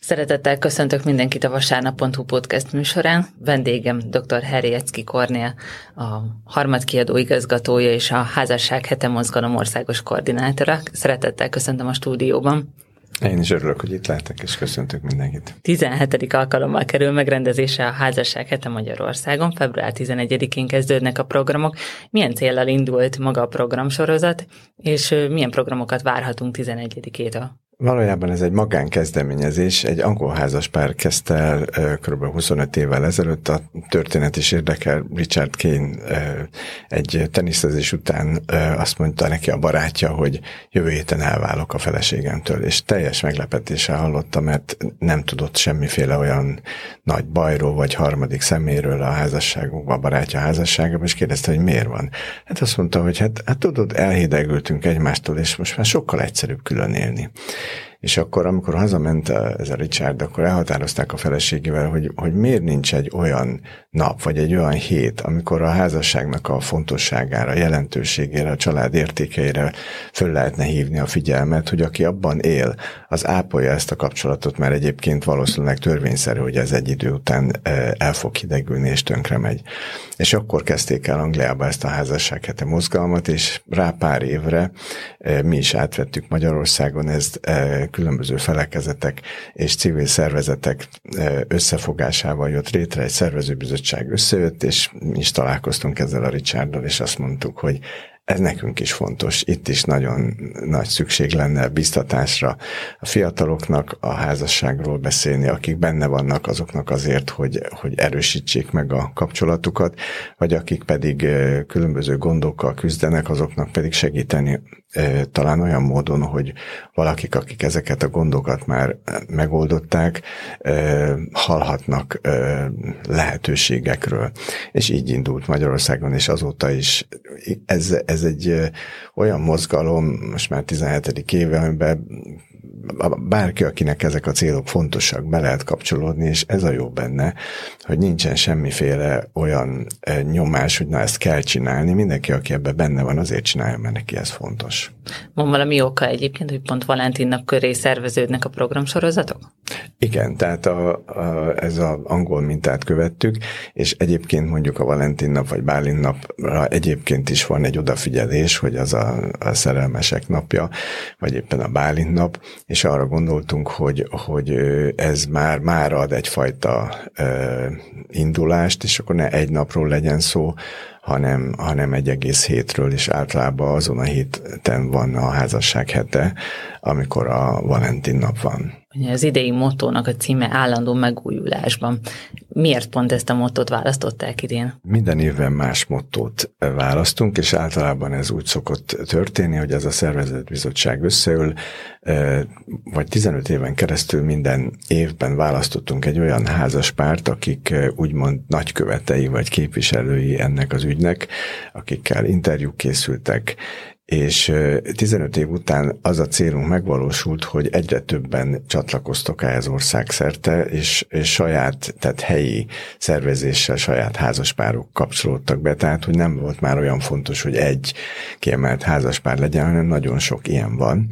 Szeretettel köszöntök mindenkit a Vasárnap.hu podcast műsorán. Vendégem dr. Herjecki Kornél, a Harmadkiadó igazgatója és a Házasság Hete Mozgalom országos koordinátora. Szeretettel köszöntöm a stúdióban. Én is örülök, hogy itt lehetek, és köszöntök mindenkit. 17. alkalommal kerül megrendezésre a Házasság Hete Magyarországon, február 11-én kezdődnek a programok. Milyen céllal indult maga a programsorozat, és milyen programokat várhatunk 11-től? Valójában ez egy magánkezdeményezés, egy angol házaspár kezdte el kb. 25 évvel ezelőtt. A történet is érdekel. Richard Kane egy teniszezés után azt mondta neki a barátja, hogy jövő héten elválok a feleségemtől, és teljes meglepetéssel hallotta, mert nem tudott semmiféle olyan nagy bajról vagy harmadik szeméről a házasságukban, a barátja házasságában, és kérdezte, hogy miért van. Hát azt mondta, hogy hát tudod, elhidegültünk egymástól, és most már sokkal egyszerűbb külön élni. És akkor, amikor hazament ez a Richard, akkor elhatározták a feleségével, hogy miért nincs egy olyan nap, vagy egy olyan hét, amikor a házasságnak a fontosságára, jelentőségére, a család értékeire föl lehetne hívni a figyelmet, hogy aki abban él, az ápolja ezt a kapcsolatot, mert egyébként valószínűleg törvényszerű, hogy ez egy idő után el fog hidegülni és tönkre megy. És akkor kezdték el Angliába ezt a Házasság Hete mozgalmat, és rá pár évre mi is átvettük Magyarországon ezt, különböző felekezetek és civil szervezetek összefogásával jött létre, egy szervezőbizottság összejött, és mi is találkoztunk ezzel a Richarddal, és azt mondtuk, hogy ez nekünk is fontos. Itt is nagyon nagy szükség lenne biztatásra a fiataloknak a házasságról beszélni, akik benne vannak, azoknak azért, hogy erősítsék meg a kapcsolatukat, vagy akik pedig különböző gondokkal küzdenek, azoknak pedig segíteni talán olyan módon, hogy valakik, akik ezeket a gondokat már megoldották, hallhatnak lehetőségekről. És így indult Magyarországon, és azóta is ez egy olyan mozgalom, most már 17. éve, amiben bárki, akinek ezek a célok fontosak, be lehet kapcsolódni, és ez a jó benne, hogy nincsen semmiféle olyan nyomás, hogy na ezt kell csinálni. Mindenki, aki ebben benne van, azért csinálja, mert neki ez fontos. Van valami oka egyébként, hogy pont Valentin nap köré szerveződnek a programsorozatok? Igen, tehát ez az angol mintát követtük, és egyébként mondjuk a Valentin nap vagy Bálint napra egyébként is van egy odafigyelés, hogy az a szerelmesek napja, vagy éppen a Bálint nap, és arra gondoltunk, hogy ez már ad egyfajta indulást, és akkor ne egy napról legyen szó, hanem egy egész hétről, és általában azon a héten van a Házasság Hete, amikor a Valentin nap van. Az idei mottónak a címe állandó megújulásban. Miért pont ezt a mottót választották idén? Minden évben más mottót választunk, és általában ez úgy szokott történni, hogy ez a szervezetbizottság összeül, vagy 15 éven keresztül minden évben választottunk egy olyan házaspárt, akik úgymond nagykövetei vagy képviselői ennek az ügynek, akikkel interjúk készültek, és 15 év után az a célunk megvalósult, hogy egyre többen csatlakoztak ehhez országszerte, és saját, tehát helyi szervezéssel saját házaspárok kapcsolódtak be, tehát hogy nem volt már olyan fontos, hogy egy kiemelt házaspár legyen, hanem nagyon sok ilyen van.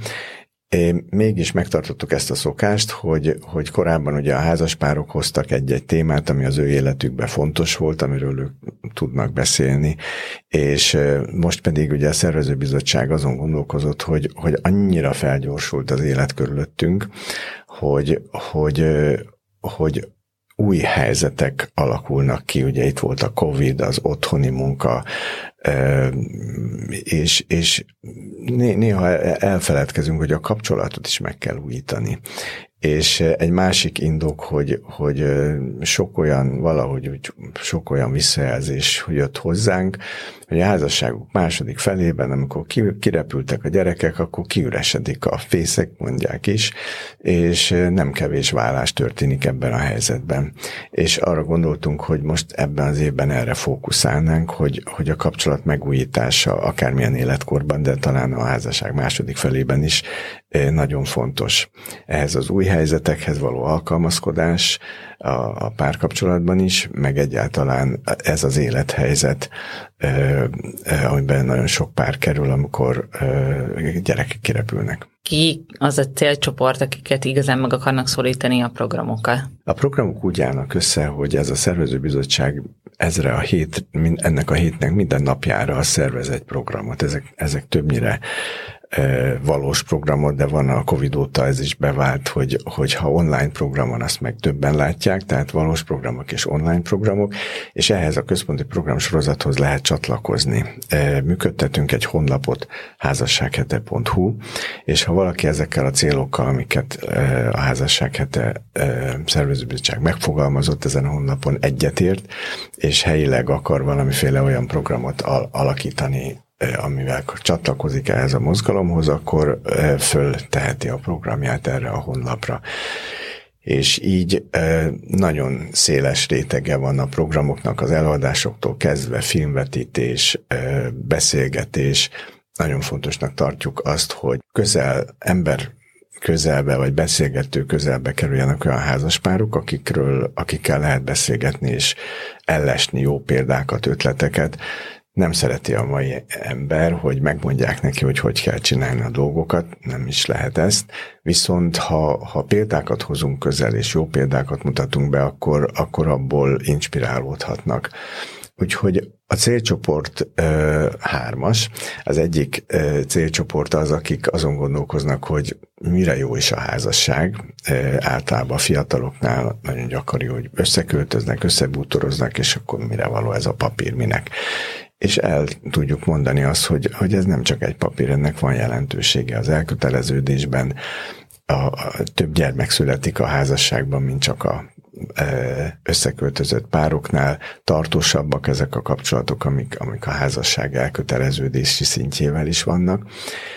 Mégis megtartottuk ezt a szokást, hogy korábban ugye a házaspárok hoztak egy-egy témát, ami az ő életükben fontos volt, amiről ők tudnak beszélni, és most pedig ugye a szervezőbizottság azon gondolkozott, hogy annyira felgyorsult az élet körülöttünk, hogy új helyzetek alakulnak ki, ugye itt volt a Covid, az otthoni munka, és néha elfeledkezünk, hogy a kapcsolatot is meg kell újítani. És egy másik indok, hogy sok olyan visszajelzés jött hozzánk, hogy a házasságuk második felében, amikor kirepültek a gyerekek, akkor kiüresedik a fészek, mondják is, és nem kevés válás történik ebben a helyzetben. És arra gondoltunk, hogy most ebben az évben erre fókuszálnánk, hogy a kapcsolat megújítása akármilyen életkorban, de talán a házasság második felében is nagyon fontos. Ehhez az új helyzetekhez való alkalmazkodás a párkapcsolatban is, meg egyáltalán ez az élethelyzet amiben nagyon sok pár kerül, amikor gyerekek kirepülnek. Ki az a célcsoport, akiket igazán meg akarnak szólítani a programokkal? A programok úgy állnak össze, hogy ez a szervezőbizottság ennek a hétnek minden napjára szervez egy programot. Ezek többnyire valós programot, de van a Covid óta ez is bevált, hogy ha online programon, azt meg többen látják, tehát valós programok és online programok, és ehhez a központi programsorozathoz lehet csatlakozni. Működtetünk egy honlapot, házassághete.hu, és ha valaki ezekkel a célokkal, amiket a Házassághete szervezőbizottság megfogalmazott ezen a honlapon, egyetért, és helyileg akar valamiféle olyan programot alakítani, amivel csatlakozik ehhez a mozgalomhoz, akkor fölteheti a programját erre a honlapra. És így nagyon széles rétege van a programoknak, az előadásoktól kezdve filmvetítés, beszélgetés. Nagyon fontosnak tartjuk azt, hogy közelbe, vagy beszélgető közelbe kerüljenek olyan házaspárok, akikkel lehet beszélgetni és ellesni jó példákat, ötleteket. Nem szereti a mai ember, hogy megmondják neki, hogy kell csinálni a dolgokat, nem is lehet ezt. Viszont ha példákat hozunk közel, és jó példákat mutatunk be, akkor abból inspirálódhatnak. Úgyhogy a célcsoport 3-as. Az egyik célcsoport az, akik azon gondolkoznak, hogy mire jó is a házasság. Általában a fiataloknál nagyon gyakori, hogy összeköltöznek, összebútoroznak, és akkor mire való ez a papír, minek. És el tudjuk mondani azt, hogy ez nem csak egy papír, ennek van jelentősége az elköteleződésben. Több gyermek születik a házasságban, mint csak a összeköltözött pároknál. Tartósabbak ezek a kapcsolatok, amik a házasság elköteleződési szintjével is vannak.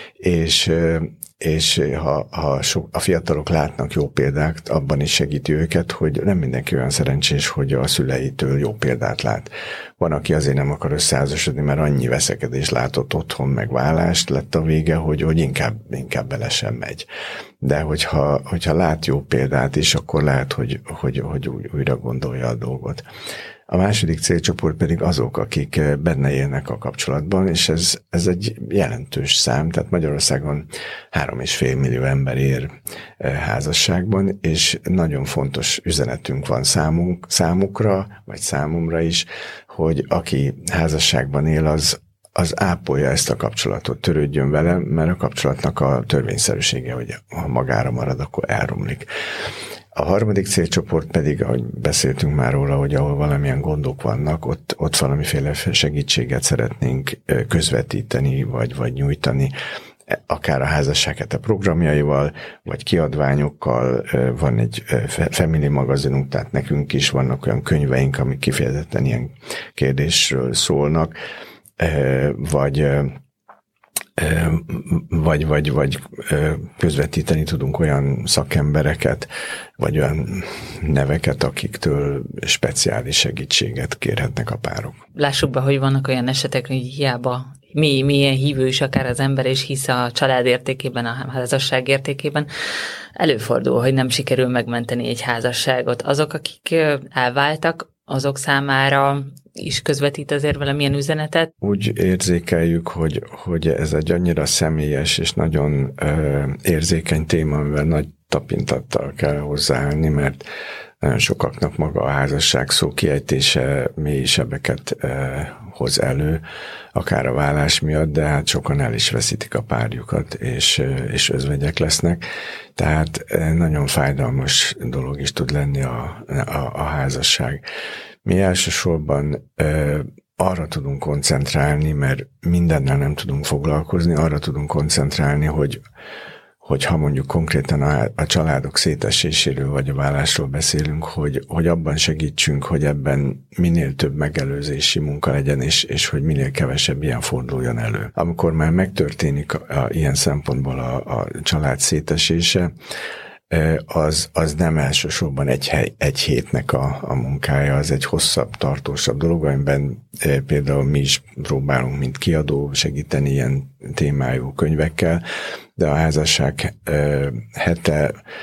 És ha a fiatalok látnak jó példát, abban is segíti őket, hogy nem mindenki olyan szerencsés, hogy a szüleitől jó példát lát. Van, aki azért nem akar összeházasodni, mert annyi veszekedés látott otthon, meg válást lett a vége, hogy inkább bele sem megy. De hogyha lát jó példát is, akkor lehet, hogy újra gondolja a dolgot. A második célcsoport pedig azok, akik benne élnek a kapcsolatban, és ez egy jelentős szám, tehát Magyarországon 3,5 millió ember él házasságban, és nagyon fontos üzenetünk van számukra, vagy számomra is, hogy aki házasságban él, az ápolja ezt a kapcsolatot, törődjön vele, mert a kapcsolatnak a törvényszerűsége, hogy ha magára marad, akkor elromlik. A harmadik célcsoport pedig, ahogy beszéltünk már róla, hogy ahol valamilyen gondok vannak, ott valamiféle segítséget szeretnénk közvetíteni, vagy nyújtani, akár a Házassághete programjaival, vagy kiadványokkal. Van egy family magazinunk, tehát nekünk is vannak olyan könyveink, amik kifejezetten ilyen kérdésről szólnak, vagy közvetíteni tudunk olyan szakembereket, vagy olyan neveket, akiktől speciális segítséget kérhetnek a párok. Lássuk be, hogy vannak olyan esetek, hogy hiába milyen hívő is akár az ember, és hisz a család értékében, a házasság értékében, előfordul, hogy nem sikerül megmenteni egy házasságot. Azok, akik elváltak, azok számára is közvetít azért valamilyen üzenetet? Úgy érzékeljük, hogy ez egy annyira személyes és nagyon érzékeny téma, amivel nagy tapintattal kell hozzáállni, mert nagyon sokaknak maga a házasság szó kiejtése mély sebeket hoz elő, akár a vállás miatt, de hát sokan el is veszítik a párjukat, és özvegyek lesznek. Tehát nagyon fájdalmas dolog is tud lenni a házasság. Mi elsősorban arra tudunk koncentrálni, mert mindennel nem tudunk foglalkozni, arra tudunk koncentrálni, hogy ha mondjuk konkrétan a családok széteséséről vagy a válásról beszélünk, hogy abban segítsünk, hogy ebben minél több megelőzési munka legyen, és hogy minél kevesebb ilyen forduljon elő. Amikor már megtörténik ilyen szempontból a család szétesése, az nem elsősorban egy hétnek a munkája, az egy hosszabb, tartósabb dolog, amiben például mi is próbálunk, mint kiadó segíteni ilyen témájú könyvekkel, de a Házasság hete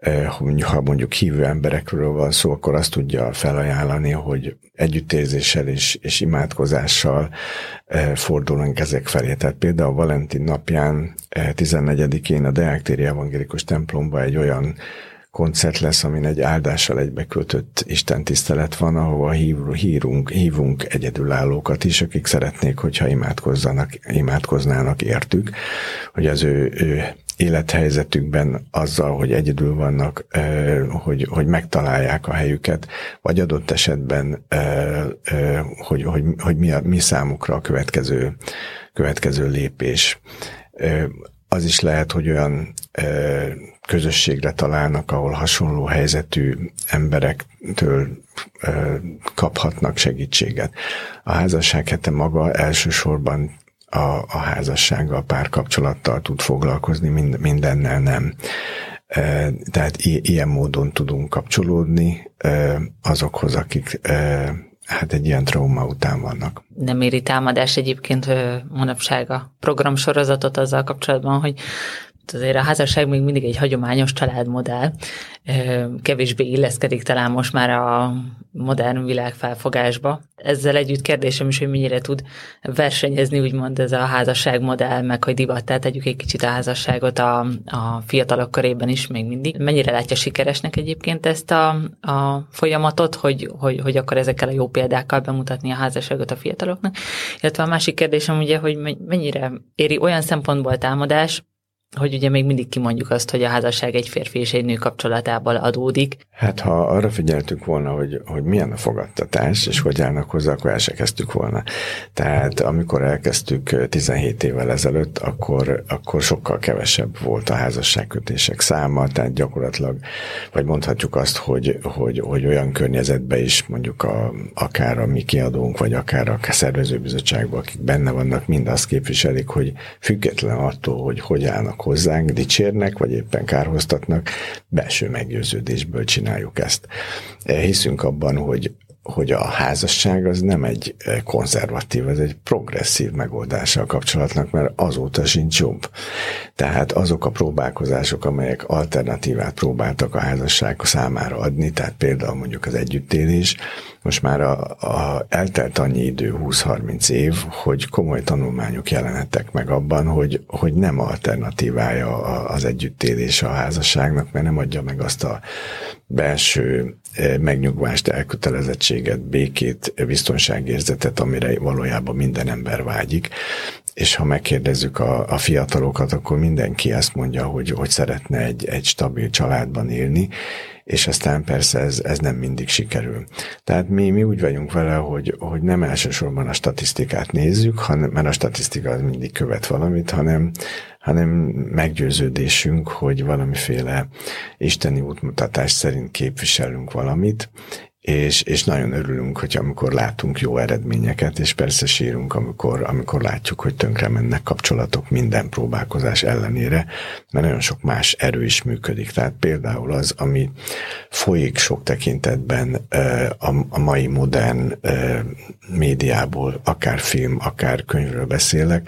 ha mondjuk hívő emberekről van szó, akkor azt tudja felajánlani, hogy együttérzéssel és imádkozással fordulunk ezek felé. Tehát például Valentin napján 14-én a Deák-téri evangélikus templomban egy olyan koncert lesz, amin egy áldással egybekötött istentisztelet van, ahova hívunk egyedülállókat is, akik szeretnék, hogyha imádkoznának értük, hogy az ő élethelyzetükben azzal, hogy egyedül vannak, hogy megtalálják a helyüket, vagy adott esetben, hogy mi számukra a következő lépés. Az is lehet, hogy olyan közösségre találnak, ahol hasonló helyzetű emberektől kaphatnak segítséget. A házasság hete maga elsősorban a házassággal, a párkapcsolattal tud foglalkozni, mindennel nem. Tehát ilyen módon tudunk kapcsolódni azokhoz, akik egy ilyen trauma után vannak. Nem éri támadás egyébként manapság a programsorozatot azzal kapcsolatban, hogy azért a házasság még mindig egy hagyományos családmodell, kevésbé illeszkedik talán most már a modern világfelfogásba. Ezzel együtt kérdésem is, hogy mennyire tud versenyezni, úgymond ez a házasságmodell, meg hogy divattá tegyük egy kicsit a házasságot a fiatalok körében is még mindig. Mennyire látja sikeresnek egyébként ezt a folyamatot, hogy akkor ezekkel a jó példákkal bemutatni a házasságot a fiataloknak? Illetve a másik kérdésem ugye, hogy mennyire éri olyan szempontból támadás, hogy ugye még mindig kimondjuk azt, hogy a házasság egy férfi és egy nő kapcsolatából adódik. Hát ha arra figyeltük volna, hogy milyen a fogadtatás, és hogy állnak hozzá, akkor el se kezdtük volna. Tehát amikor elkezdtük 17 évvel ezelőtt, akkor sokkal kevesebb volt a házasságkötések száma, tehát gyakorlatilag, vagy mondhatjuk azt, hogy olyan környezetben is mondjuk akár a mi kiadónk, vagy akár a szervezőbizottságban, akik benne vannak, mind azt képviselik, hogy független attól, hogy állnak hozzánk, dicsérnek, vagy éppen kárhoztatnak, belső meggyőződésből csináljuk ezt. Hiszünk abban, hogy a házasság az nem egy konzervatív, ez egy progresszív megoldása a kapcsolatnak, mert azóta sincs jobb. Tehát azok a próbálkozások, amelyek alternatívát próbáltak a házasság számára adni, tehát például mondjuk az együttélés, most már eltelt annyi idő, 20-30 év, hogy komoly tanulmányok jelenhettek meg abban, hogy nem alternatívája az együttélés a házasságnak, mert nem adja meg azt a belső megnyugvást, elkötelezettséget, békét, biztonságérzetet, amire valójában minden ember vágyik. És ha megkérdezzük a fiatalokat, akkor mindenki azt mondja, hogy szeretne egy stabil családban élni, és aztán persze ez nem mindig sikerül. Tehát mi úgy vagyunk vele, hogy nem elsősorban a statisztikát nézzük, mert a statisztika az mindig követ valamit, hanem meggyőződésünk, hogy valamiféle isteni útmutatás szerint képviselünk valamit, és nagyon örülünk, hogy amikor látunk jó eredményeket, és persze sírunk, amikor látjuk, hogy tönkre mennek kapcsolatok minden próbálkozás ellenére, mert nagyon sok más erő is működik. Tehát például az, ami folyik sok tekintetben a mai modern médiából, akár film, akár könyvről beszélek,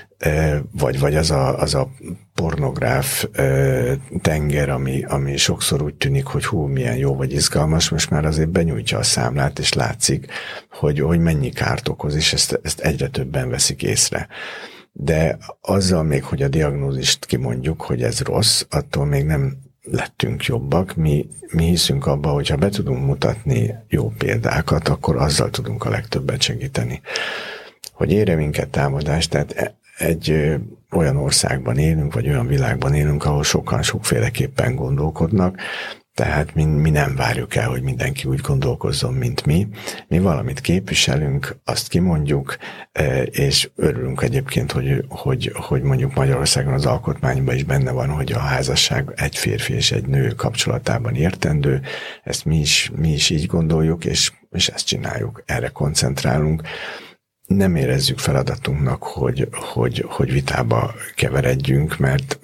vagy az a pornográf tenger, ami sokszor úgy tűnik, hogy milyen jó vagy izgalmas, most már azért benyújtja a számlát, és látszik, hogy mennyi kárt okoz, és ezt egyre többen veszik észre. De azzal még, hogy a diagnózist kimondjuk, hogy ez rossz, attól még nem lettünk jobbak. Mi hiszünk abba, hogy ha be tudunk mutatni jó példákat, akkor azzal tudunk a legtöbbet segíteni. Hogy érje minket támadás, tehát egy olyan országban élünk, vagy olyan világban élünk, ahol sokan sokféleképpen gondolkodnak, tehát mi nem várjuk el, hogy mindenki úgy gondolkozzon, mint mi. Mi valamit képviselünk, azt kimondjuk, és örülünk egyébként, hogy mondjuk Magyarországon az alkotmányban is benne van, hogy a házasság egy férfi és egy nő kapcsolatában értendő. Ezt mi is így gondoljuk, és ezt csináljuk, erre koncentrálunk. Nem érezzük feladatunknak, hogy vitába keveredjünk, mert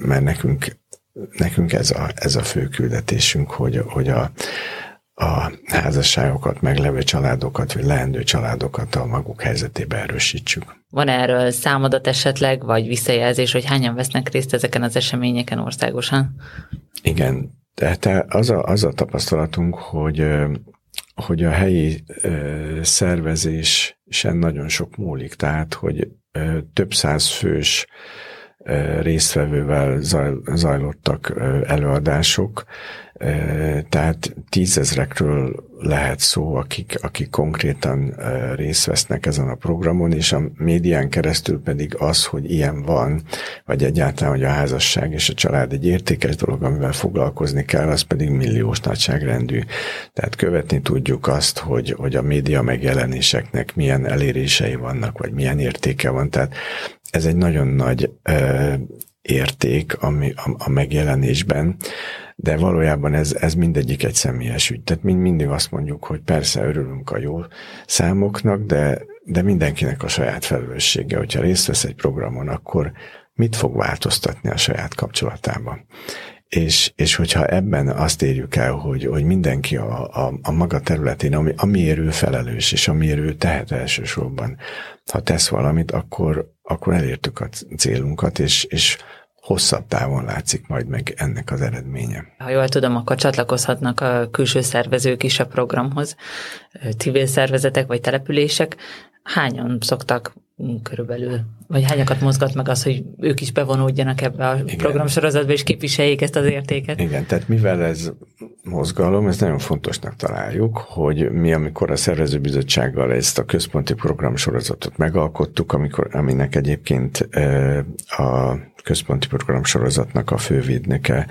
nekünk ez a fő küldetésünk, hogy a házasságokat, meglevő családokat, vagy leendő családokat a maguk helyzetébe erősítsük. Van erről számadat esetleg, vagy visszajelzés, hogy hányan vesznek részt ezeken az eseményeken országosan? Igen, Tehát az a tapasztalatunk, hogy a helyi szervezésen nagyon sok múlik, tehát hogy több száz fős résztvevővel zajlottak előadások, tehát 10 000-ekről lehet szó, akik konkrétan részt vesznek ezen a programon, és a médián keresztül pedig az, hogy ilyen van, vagy egyáltalán, hogy a házasság és a család egy értékes dolog, amivel foglalkozni kell, az pedig milliós nagyságrendű. Tehát követni tudjuk azt, hogy a média megjelenéseknek milyen elérései vannak, vagy milyen értéke van. Tehát ez egy nagyon nagy érték a megjelenésben, de valójában ez mindegyik egy személyes ügy. Tehát mindig azt mondjuk, hogy persze örülünk a jó számoknak, de mindenkinek a saját felelőssége. Hogyha részt vesz egy programon, akkor mit fog változtatni a saját kapcsolatában? És hogyha ebben azt érjük el, hogy mindenki a maga területén, amiért ő felelős, és amiért ő tehet elsősorban, ha tesz valamit, akkor elértük a célunkat, és hosszabb távon látszik majd meg ennek az eredménye. Ha jól tudom, akkor csatlakozhatnak a külső szervezők is a programhoz, civil szervezetek vagy települések. Hányan szoktak körülbelül, vagy hányakat mozgat meg az, hogy ők is bevonódjanak ebbe a programsorozatba, és képviseljék ezt az értéket? Igen, tehát mivel ez mozgalom, ez nagyon fontosnak találjuk, hogy mi, amikor a szervezőbizottsággal ezt a központi programsorozatot megalkottuk, aminek egyébként a központi programsorozatnak a fővédnöke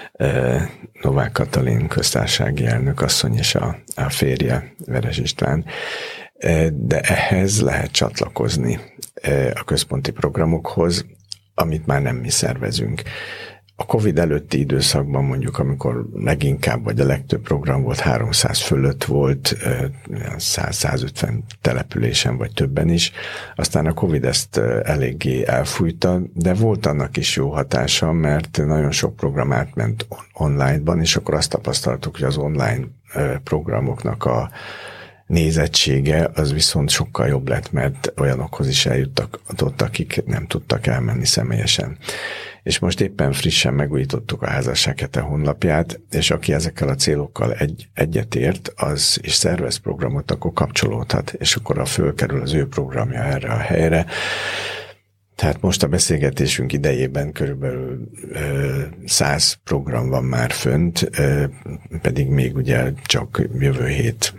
Novák Katalin köztársasági elnök asszony és a férje Veres István, de ehhez lehet csatlakozni a központi programokhoz, amit már nem mi szervezünk. A Covid előtti időszakban mondjuk, amikor leginkább, vagy a legtöbb program volt, 300 fölött volt, 100-150 településen, vagy többen is. Aztán a Covid ezt eléggé elfújta, de volt annak is jó hatása, mert nagyon sok program átment online-ban, és akkor azt tapasztaltuk, hogy az online programoknak a nézettsége az viszont sokkal jobb lett, mert olyanokhoz is eljutottak, akik nem tudtak elmenni személyesen. És most éppen frissen megújítottuk a Házasság Hete honlapját, és aki ezekkel a célokkal egyetért, az is szervez programot, akkor kapcsolódhat, és akkor fölkerül az ő programja erre a helyre. Tehát most a beszélgetésünk idejében körülbelül 100 program van már fönt, pedig még ugye csak jövő hét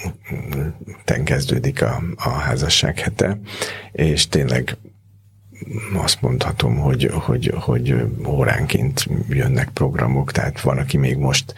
kezdődik a Házasság Hete, és tényleg azt mondhatom, hogy óránként jönnek programok, tehát van, aki még most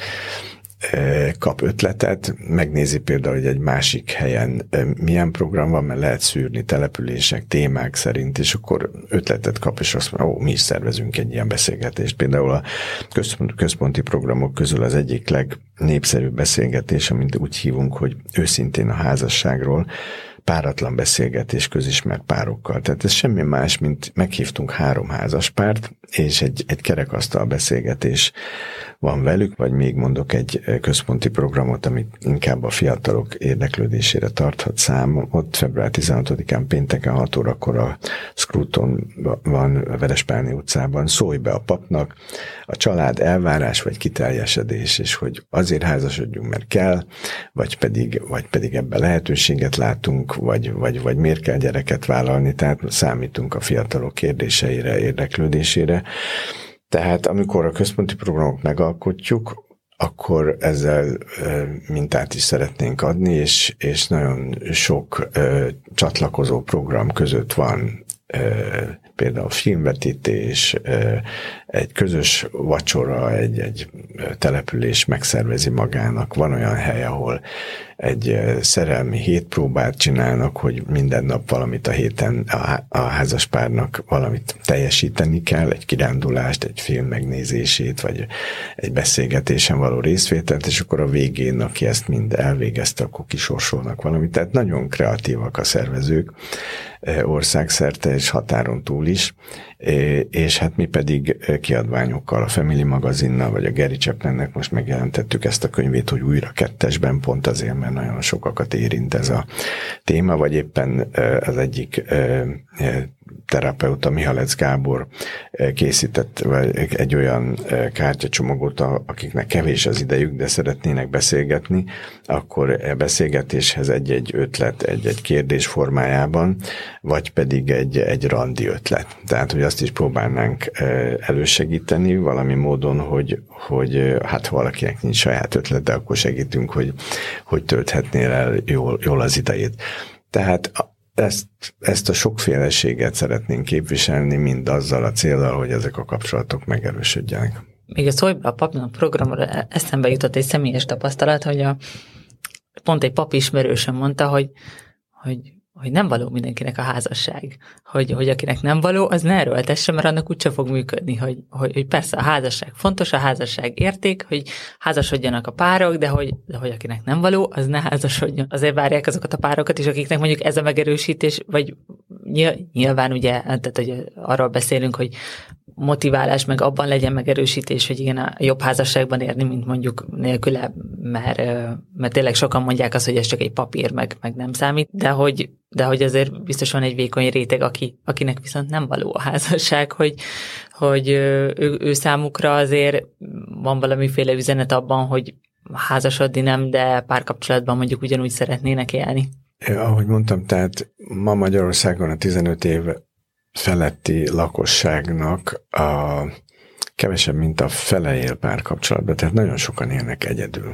kap ötletet, megnézi például, hogy egy másik helyen milyen program van, mert lehet szűrni települések, témák szerint, és akkor ötletet kap, és azt mondja, mi is szervezünk egy ilyen beszélgetést. Például a központi programok közül az egyik legnépszerűbb beszélgetés, amit úgy hívunk, hogy őszintén a házasságról, páratlan beszélgetés közismert párokkal. Tehát ez semmi más, mint meghívtunk 3 házaspárt, és egy kerekasztal beszélgetés van velük, vagy még mondok egy központi programot, amit inkább a fiatalok érdeklődésére tarthat számot. Február 16-án pénteken 6 órakor a Scruton van, a Verespálné utcában. Szólj be a papnak, a család elvárás vagy kiteljesedés, és hogy azért házasodjunk, mert kell, vagy pedig ebben lehetőséget látunk, vagy miért kell gyereket vállalni, tehát számítunk a fiatalok kérdéseire, érdeklődésére. Tehát amikor a központi programot megalkotjuk, akkor ezzel mintát is szeretnénk adni, és nagyon sok csatlakozó program között van például filmvetítés, egy közös vacsora, egy település megszervezi magának. Van olyan hely, ahol egy szerelmi hétpróbát csinálnak, hogy minden nap valamit a héten a házaspárnak valamit teljesíteni kell, egy kirándulást, egy film megnézését, vagy egy beszélgetésen való részvételt, és akkor a végén, aki ezt mind elvégezte, akkor kisorsolnak valamit. Tehát nagyon kreatívak a szervezők országszerte és határon túl is, és hát mi pedig kiadványokkal, a Family magazinnal, vagy a Gary Chapmannek most megjelentettük ezt a könyvét, hogy újra 2-esben, pont azért, mert nagyon sokakat érint ez a téma, vagy éppen az egyik terapeuta Mihalec Gábor készített egy olyan kártyacsomagot, akiknek kevés az idejük, de szeretnének beszélgetni, akkor a beszélgetéshez egy-egy ötlet, egy-egy kérdés formájában, vagy pedig egy randi ötlet. Tehát, hogy azt is próbálnánk elősegíteni valami módon, hogy hát ha valakinek nincs saját ötlete, akkor segítünk, hogy tölthetnél el jól az idejét. Tehát ezt a sokféleséget szeretnénk képviselni, mind azzal a céllal, hogy ezek a kapcsolatok megerősödjenek. Még a Szólj be a papnak programra eszembe jutott egy személyes tapasztalat, hogy pont egy pap ismerősöm mondta, hogy nem való mindenkinek a házasság. Hogy akinek nem való, az ne erőltesse, mert annak úgyse fog működni. Hogy persze a házasság fontos, a házasság érték, hogy házasodjanak a párok, de hogy akinek nem való, az ne házasodjon. Azért várják azokat a párokat is, akiknek mondjuk ez a megerősítés, vagy nyilván ugye, tehát hogy arról beszélünk, hogy motiválás, meg abban legyen megerősítés, hogy igen, a jobb házasságban érni, mint mondjuk nélküle, mert tényleg sokan mondják azt, hogy ez csak egy papír, meg nem számít, de hogy azért biztos van egy vékony réteg, akinek viszont nem való a házasság, hogy ő számukra azért van valamiféle üzenet abban, hogy házasodni nem, de párkapcsolatban mondjuk ugyanúgy szeretnének élni. Ahogy mondtam, tehát ma Magyarországon a 15 év feletti lakosságnak a kevesebb, mint a fele él párkapcsolatban, tehát nagyon sokan élnek egyedül.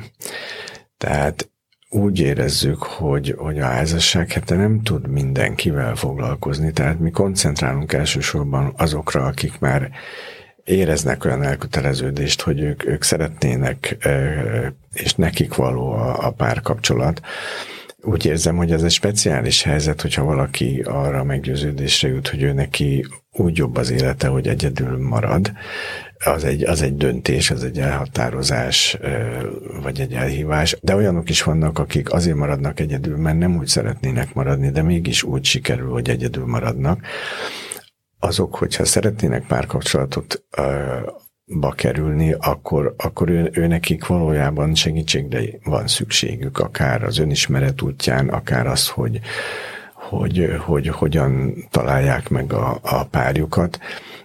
Tehát úgy érezzük, hogy a házasság hete nem tud mindenkivel foglalkozni, tehát mi koncentrálunk elsősorban azokra, akik már éreznek olyan elköteleződést, hogy ők szeretnének, és nekik való a párkapcsolat. Úgy érzem, hogy ez egy speciális helyzet, hogyha valaki arra meggyőződésre jut, hogy ő neki úgy jobb az élete, hogy egyedül marad. Az egy döntés, az egy elhatározás, vagy egy elhívás. De olyanok is vannak, akik azért maradnak egyedül, mert nem úgy szeretnének maradni, de mégis úgy sikerül, hogy egyedül maradnak. Azok, hogyha szeretnének párkapcsolatot kerülni, akkor ő nekik valójában segítségre van szükségük, akár az önismeret útján, akár az, hogy hogyan találják meg a párjukat.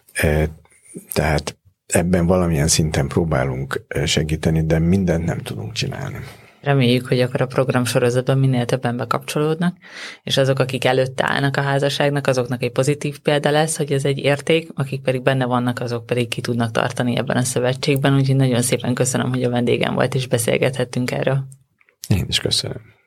Tehát ebben valamilyen szinten próbálunk segíteni, de mindent nem tudunk csinálni. Reméljük, hogy akkor a programsorozatban minél többen bekapcsolódnak, és azok, akik előtte állnak a házasságnak, azoknak egy pozitív példa lesz, hogy ez egy érték, akik pedig benne vannak, azok pedig ki tudnak tartani ebben a szövetségben, úgyhogy nagyon szépen köszönöm, hogy a vendégem volt, és beszélgethettünk erről. Én is köszönöm.